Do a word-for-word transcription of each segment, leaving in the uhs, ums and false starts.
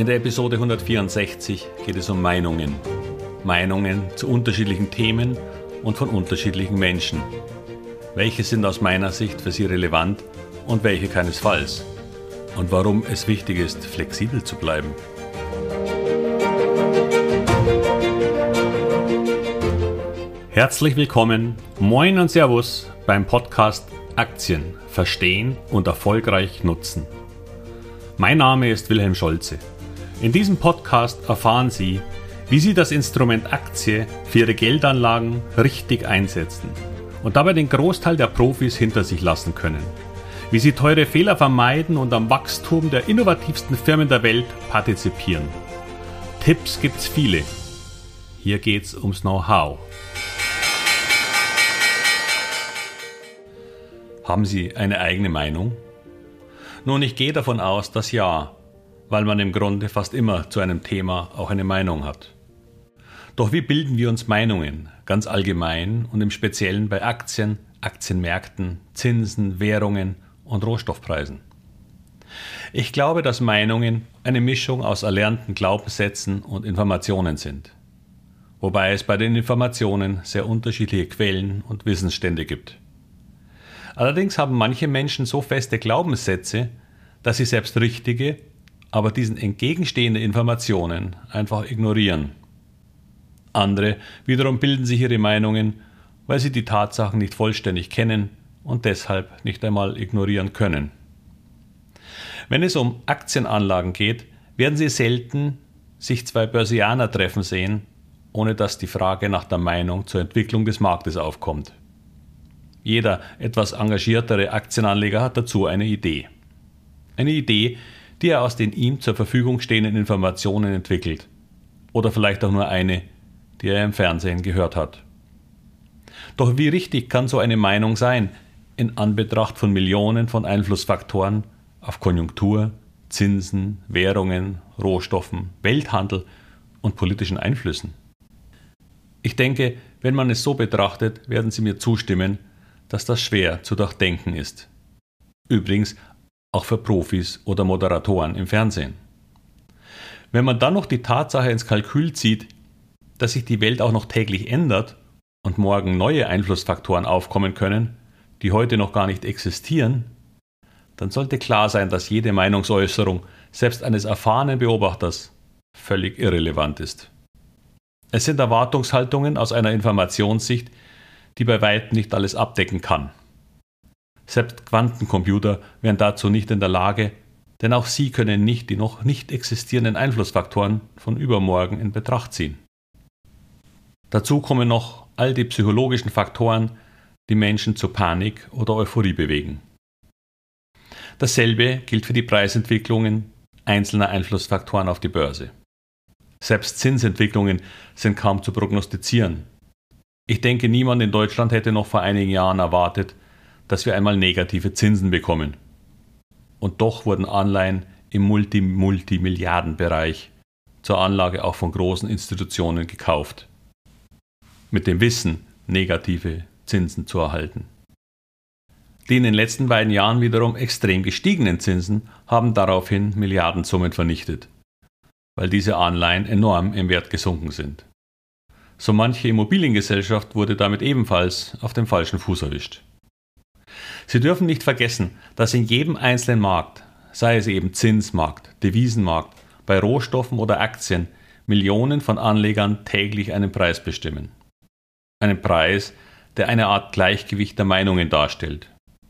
In der Episode hundertvierundsechzig geht es um Meinungen. Meinungen zu unterschiedlichen Themen und von unterschiedlichen Menschen. Welche sind aus meiner Sicht für Sie relevant und welche keinesfalls? Und warum es wichtig ist, flexibel zu bleiben. Herzlich willkommen, moin und Servus beim Podcast Aktien verstehen und erfolgreich nutzen. Mein Name ist Wilhelm Scholze. In diesem Podcast erfahren Sie, wie Sie das Instrument Aktie für Ihre Geldanlagen richtig einsetzen und dabei den Großteil der Profis hinter sich lassen können. Wie Sie teure Fehler vermeiden und am Wachstum der innovativsten Firmen der Welt partizipieren. Tipps gibt's viele. Hier geht's ums Know-how. Haben Sie eine eigene Meinung? Nun, ich gehe davon aus, dass ja, weil man im Grunde fast immer zu einem Thema auch eine Meinung hat. Doch wie bilden wir uns Meinungen, ganz allgemein und im Speziellen bei Aktien, Aktienmärkten, Zinsen, Währungen und Rohstoffpreisen? Ich glaube, dass Meinungen eine Mischung aus erlernten Glaubenssätzen und Informationen sind. Wobei es bei den Informationen sehr unterschiedliche Quellen und Wissensstände gibt. Allerdings haben manche Menschen so feste Glaubenssätze, dass sie selbst richtige, aber diesen entgegenstehende Informationen einfach ignorieren. Andere wiederum bilden sich ihre Meinungen, weil sie die Tatsachen nicht vollständig kennen und deshalb nicht einmal ignorieren können. Wenn es um Aktienanlagen geht, werden Sie selten sich zwei Börsianer treffen sehen, ohne dass die Frage nach der Meinung zur Entwicklung des Marktes aufkommt. Jeder etwas engagiertere Aktienanleger hat dazu eine Idee. Eine Idee, die er aus den ihm zur Verfügung stehenden Informationen entwickelt. Oder vielleicht auch nur eine, die er im Fernsehen gehört hat. Doch wie richtig kann so eine Meinung sein, in Anbetracht von Millionen von Einflussfaktoren auf Konjunktur, Zinsen, Währungen, Rohstoffen, Welthandel und politischen Einflüssen? Ich denke, wenn man es so betrachtet, werden Sie mir zustimmen, dass das schwer zu durchdenken ist. Übrigens auch für Profis oder Moderatoren im Fernsehen. Wenn man dann noch die Tatsache ins Kalkül zieht, dass sich die Welt auch noch täglich ändert und morgen neue Einflussfaktoren aufkommen können, die heute noch gar nicht existieren, dann sollte klar sein, dass jede Meinungsäußerung, selbst eines erfahrenen Beobachters, völlig irrelevant ist. Es sind Erwartungshaltungen aus einer Informationssicht, die bei weitem nicht alles abdecken kann. Selbst Quantencomputer wären dazu nicht in der Lage, denn auch sie können nicht die noch nicht existierenden Einflussfaktoren von übermorgen in Betracht ziehen. Dazu kommen noch all die psychologischen Faktoren, die Menschen zu Panik oder Euphorie bewegen. Dasselbe gilt für die Preisentwicklungen einzelner Einflussfaktoren auf die Börse. Selbst Zinsentwicklungen sind kaum zu prognostizieren. Ich denke, niemand in Deutschland hätte noch vor einigen Jahren erwartet, dass wir einmal negative Zinsen bekommen. Und doch wurden Anleihen im Multi-Multimilliardenbereich zur Anlage auch von großen Institutionen gekauft. Mit dem Wissen, negative Zinsen zu erhalten. Die in den letzten beiden Jahren wiederum extrem gestiegenen Zinsen haben daraufhin Milliardensummen vernichtet, weil diese Anleihen enorm im Wert gesunken sind. So manche Immobiliengesellschaft wurde damit ebenfalls auf dem falschen Fuß erwischt. Sie dürfen nicht vergessen, dass in jedem einzelnen Markt, sei es eben Zinsmarkt, Devisenmarkt, bei Rohstoffen oder Aktien, Millionen von Anlegern täglich einen Preis bestimmen. Einen Preis, der eine Art Gleichgewicht der Meinungen darstellt.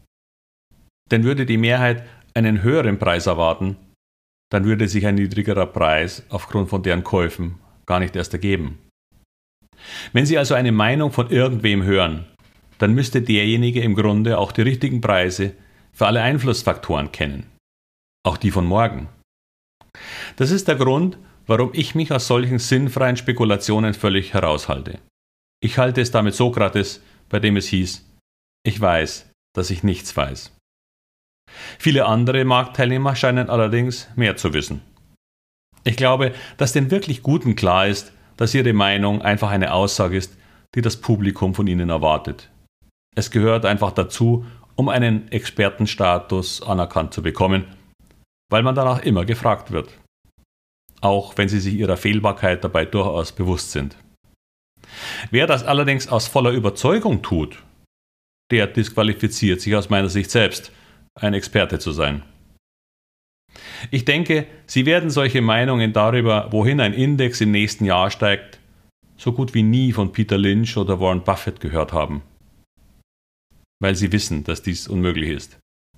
Denn würde die Mehrheit einen höheren Preis erwarten, dann würde sich ein niedrigerer Preis aufgrund von deren Käufen gar nicht erst ergeben. Wenn Sie also eine Meinung von irgendwem hören, dann müsste derjenige im Grunde auch die richtigen Preise für alle Einflussfaktoren kennen. Auch die von morgen. Das ist der Grund, warum ich mich aus solchen sinnfreien Spekulationen völlig heraushalte. Ich halte es damit Sokrates, bei dem es hieß, ich weiß, dass ich nichts weiß. Viele andere Marktteilnehmer scheinen allerdings mehr zu wissen. Ich glaube, dass den wirklich Guten klar ist, dass ihre Meinung einfach eine Aussage ist, die das Publikum von ihnen erwartet. Es gehört einfach dazu, um einen Expertenstatus anerkannt zu bekommen, weil man danach immer gefragt wird. auch wenn sie sich ihrer Fehlbarkeit dabei durchaus bewusst sind. Wer das allerdings aus voller Überzeugung tut, der disqualifiziert sich aus meiner Sicht selbst, ein Experte zu sein. Ich denke, Sie werden solche Meinungen darüber, wohin ein Index im nächsten Jahr steigt, so gut wie nie von Peter Lynch oder Warren Buffett gehört haben, weil Sie wissen, dass dies unmöglich ist.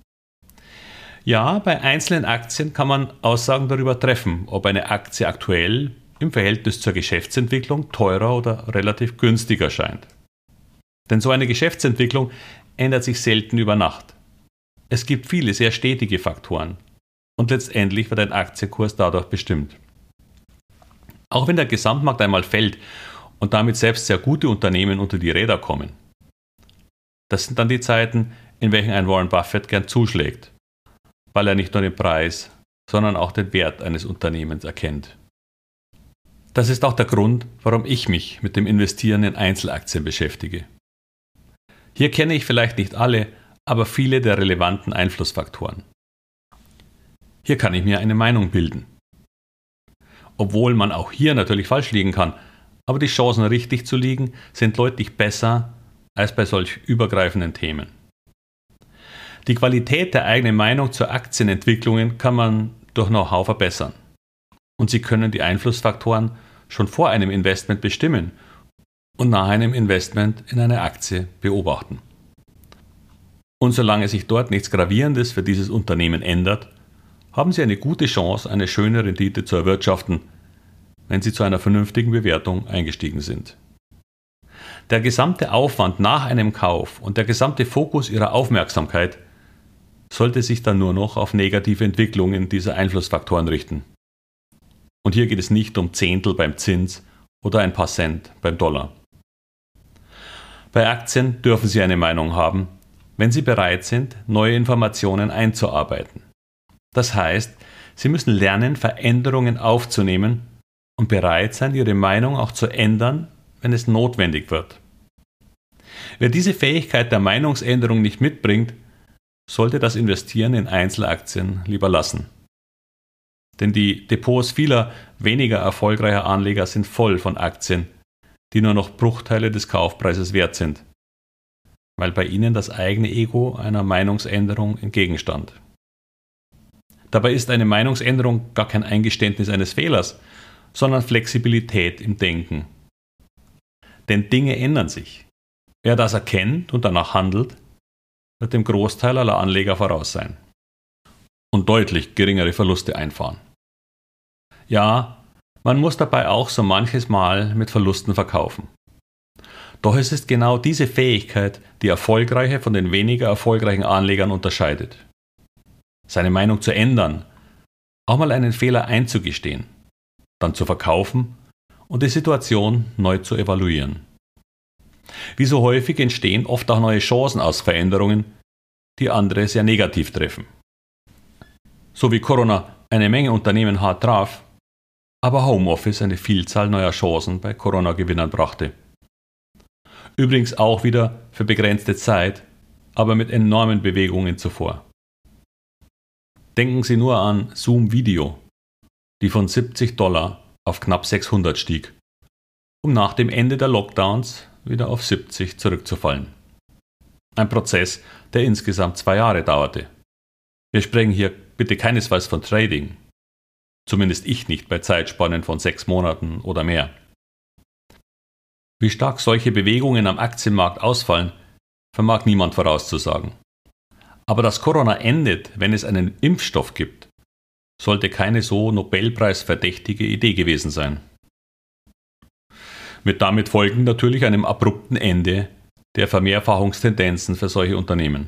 Ja, bei einzelnen Aktien kann man Aussagen darüber treffen, ob eine Aktie aktuell im Verhältnis zur Geschäftsentwicklung teurer oder relativ günstig erscheint. Denn so eine Geschäftsentwicklung ändert sich selten über Nacht. Es gibt viele sehr stetige Faktoren und letztendlich wird ein Aktienkurs dadurch bestimmt. Auch wenn der Gesamtmarkt einmal fällt und damit selbst sehr gute Unternehmen unter die Räder kommen. Das sind dann die Zeiten, in welchen ein Warren Buffett gern zuschlägt, weil er nicht nur den Preis, sondern auch den Wert eines Unternehmens erkennt. Das ist auch der Grund, warum ich mich mit dem Investieren in Einzelaktien beschäftige. Hier kenne ich vielleicht nicht alle, aber viele der relevanten Einflussfaktoren. Hier kann ich mir eine Meinung bilden. Obwohl man auch hier natürlich falsch liegen kann, aber die Chancen richtig zu liegen sind deutlich besser als bei solch übergreifenden Themen. Die Qualität der eigenen Meinung zu Aktienentwicklungen kann man durch Know-how verbessern. Und Sie können die Einflussfaktoren schon vor einem Investment bestimmen und nach einem Investment in eine Aktie beobachten. Und solange sich dort nichts Gravierendes für dieses Unternehmen ändert, haben Sie eine gute Chance, eine schöne Rendite zu erwirtschaften, wenn Sie zu einer vernünftigen Bewertung eingestiegen sind. Der gesamte Aufwand nach einem Kauf und der gesamte Fokus Ihrer Aufmerksamkeit sollte sich dann nur noch auf negative Entwicklungen dieser Einflussfaktoren richten. Und hier geht es nicht um Zehntel beim Zins oder ein paar Cent beim Dollar. Bei Aktien dürfen Sie eine Meinung haben, wenn Sie bereit sind, neue Informationen einzuarbeiten. Das heißt, Sie müssen lernen, Veränderungen aufzunehmen und bereit sein, Ihre Meinung auch zu ändern, wenn es notwendig wird. Wer diese Fähigkeit der Meinungsänderung nicht mitbringt, sollte das Investieren in Einzelaktien lieber lassen. Denn die Depots vieler weniger erfolgreicher Anleger sind voll von Aktien, die nur noch Bruchteile des Kaufpreises wert sind, weil bei ihnen das eigene Ego einer Meinungsänderung entgegenstand. Dabei ist eine Meinungsänderung gar kein Eingeständnis eines Fehlers, sondern Flexibilität im Denken. Denn Dinge ändern sich. Wer das erkennt und danach handelt, wird dem Großteil aller Anleger voraus sein und deutlich geringere Verluste einfahren. Ja, man muss dabei auch so manches Mal mit Verlusten verkaufen. Doch es ist genau diese Fähigkeit, die erfolgreiche von den weniger erfolgreichen Anlegern unterscheidet. Seine Meinung zu ändern, auch mal einen Fehler einzugestehen, dann zu verkaufen und die Situation neu zu evaluieren. Wie so häufig entstehen oft auch neue Chancen aus Veränderungen, die andere sehr negativ treffen. So wie Corona eine Menge Unternehmen hart traf, aber Homeoffice eine Vielzahl neuer Chancen bei Corona-Gewinnern brachte. Übrigens auch wieder für begrenzte Zeit, aber mit enormen Bewegungen zuvor. Denken Sie nur an Zoom Video, die von siebzig Dollar auf knapp sechshundert stieg, um nach dem Ende der Lockdowns wieder auf siebzig zurückzufallen. Ein Prozess, der insgesamt zwei Jahre dauerte. Wir sprechen hier bitte keinesfalls von Trading. Zumindest ich nicht bei Zeitspannen von sechs Monaten oder mehr. Wie stark solche Bewegungen am Aktienmarkt ausfallen, vermag niemand vorauszusagen. Aber dass Corona endet, wenn es einen Impfstoff gibt, sollte keine so Nobelpreisverdächtige Idee gewesen sein. Mit damit folgen natürlich einem abrupten Ende der Vermehrfachungstendenzen für solche Unternehmen.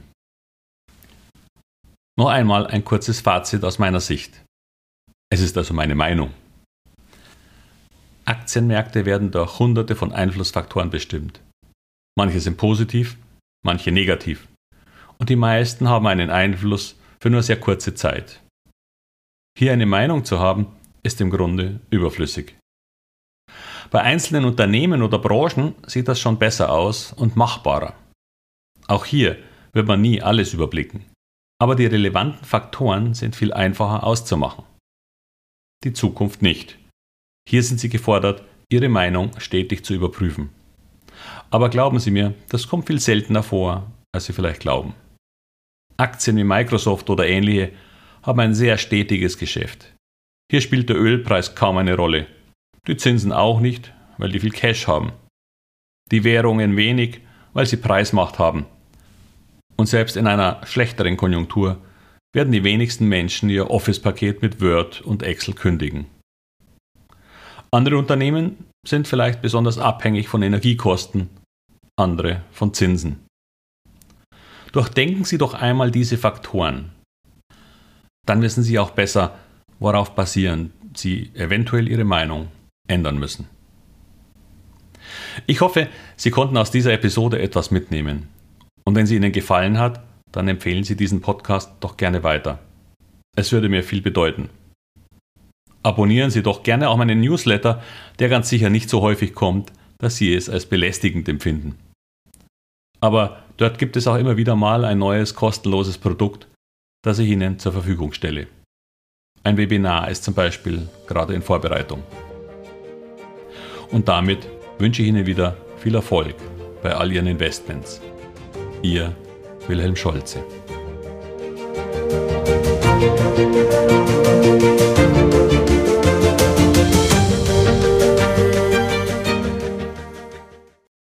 Noch einmal ein kurzes Fazit aus meiner Sicht. Es ist also meine Meinung. Aktienmärkte werden durch hunderte von Einflussfaktoren bestimmt. Manche sind positiv, manche negativ. Und die meisten haben einen Einfluss für nur sehr kurze Zeit. Hier eine Meinung zu haben, ist im Grunde überflüssig. Bei einzelnen Unternehmen oder Branchen sieht das schon besser aus und machbarer. Auch hier wird man nie alles überblicken. Aber die relevanten Faktoren sind viel einfacher auszumachen. die Zukunft nicht. Hier sind Sie gefordert, Ihre Meinung stetig zu überprüfen. Aber glauben Sie mir, das kommt viel seltener vor, als Sie vielleicht glauben. Aktien wie Microsoft oder ähnliche haben ein sehr stetiges Geschäft. Hier spielt der Ölpreis kaum eine Rolle. Die Zinsen auch nicht, weil die viel Cash haben. Die Währungen wenig, weil sie Preismacht haben. Und selbst in einer schlechteren Konjunktur werden die wenigsten Menschen ihr Office-Paket mit Word und Excel kündigen. Andere Unternehmen sind vielleicht besonders abhängig von Energiekosten, andere von Zinsen. Durchdenken Sie doch einmal diese Faktoren. Dann wissen Sie auch besser, worauf basierend Sie eventuell Ihre Meinung ändern müssen. Ich hoffe, Sie konnten aus dieser Episode etwas mitnehmen. Und wenn sie Ihnen gefallen hat, dann empfehlen Sie diesen Podcast doch gerne weiter. Es würde mir viel bedeuten. Abonnieren Sie doch gerne auch meinen Newsletter, der ganz sicher nicht so häufig kommt, dass Sie es als belästigend empfinden. Aber dort gibt es auch immer wieder mal ein neues kostenloses Produkt, das ich Ihnen zur Verfügung stelle. Ein Webinar ist zum Beispiel gerade in Vorbereitung. Und damit wünsche ich Ihnen wieder viel Erfolg bei all Ihren Investments. Ihr Wilhelm Scholze.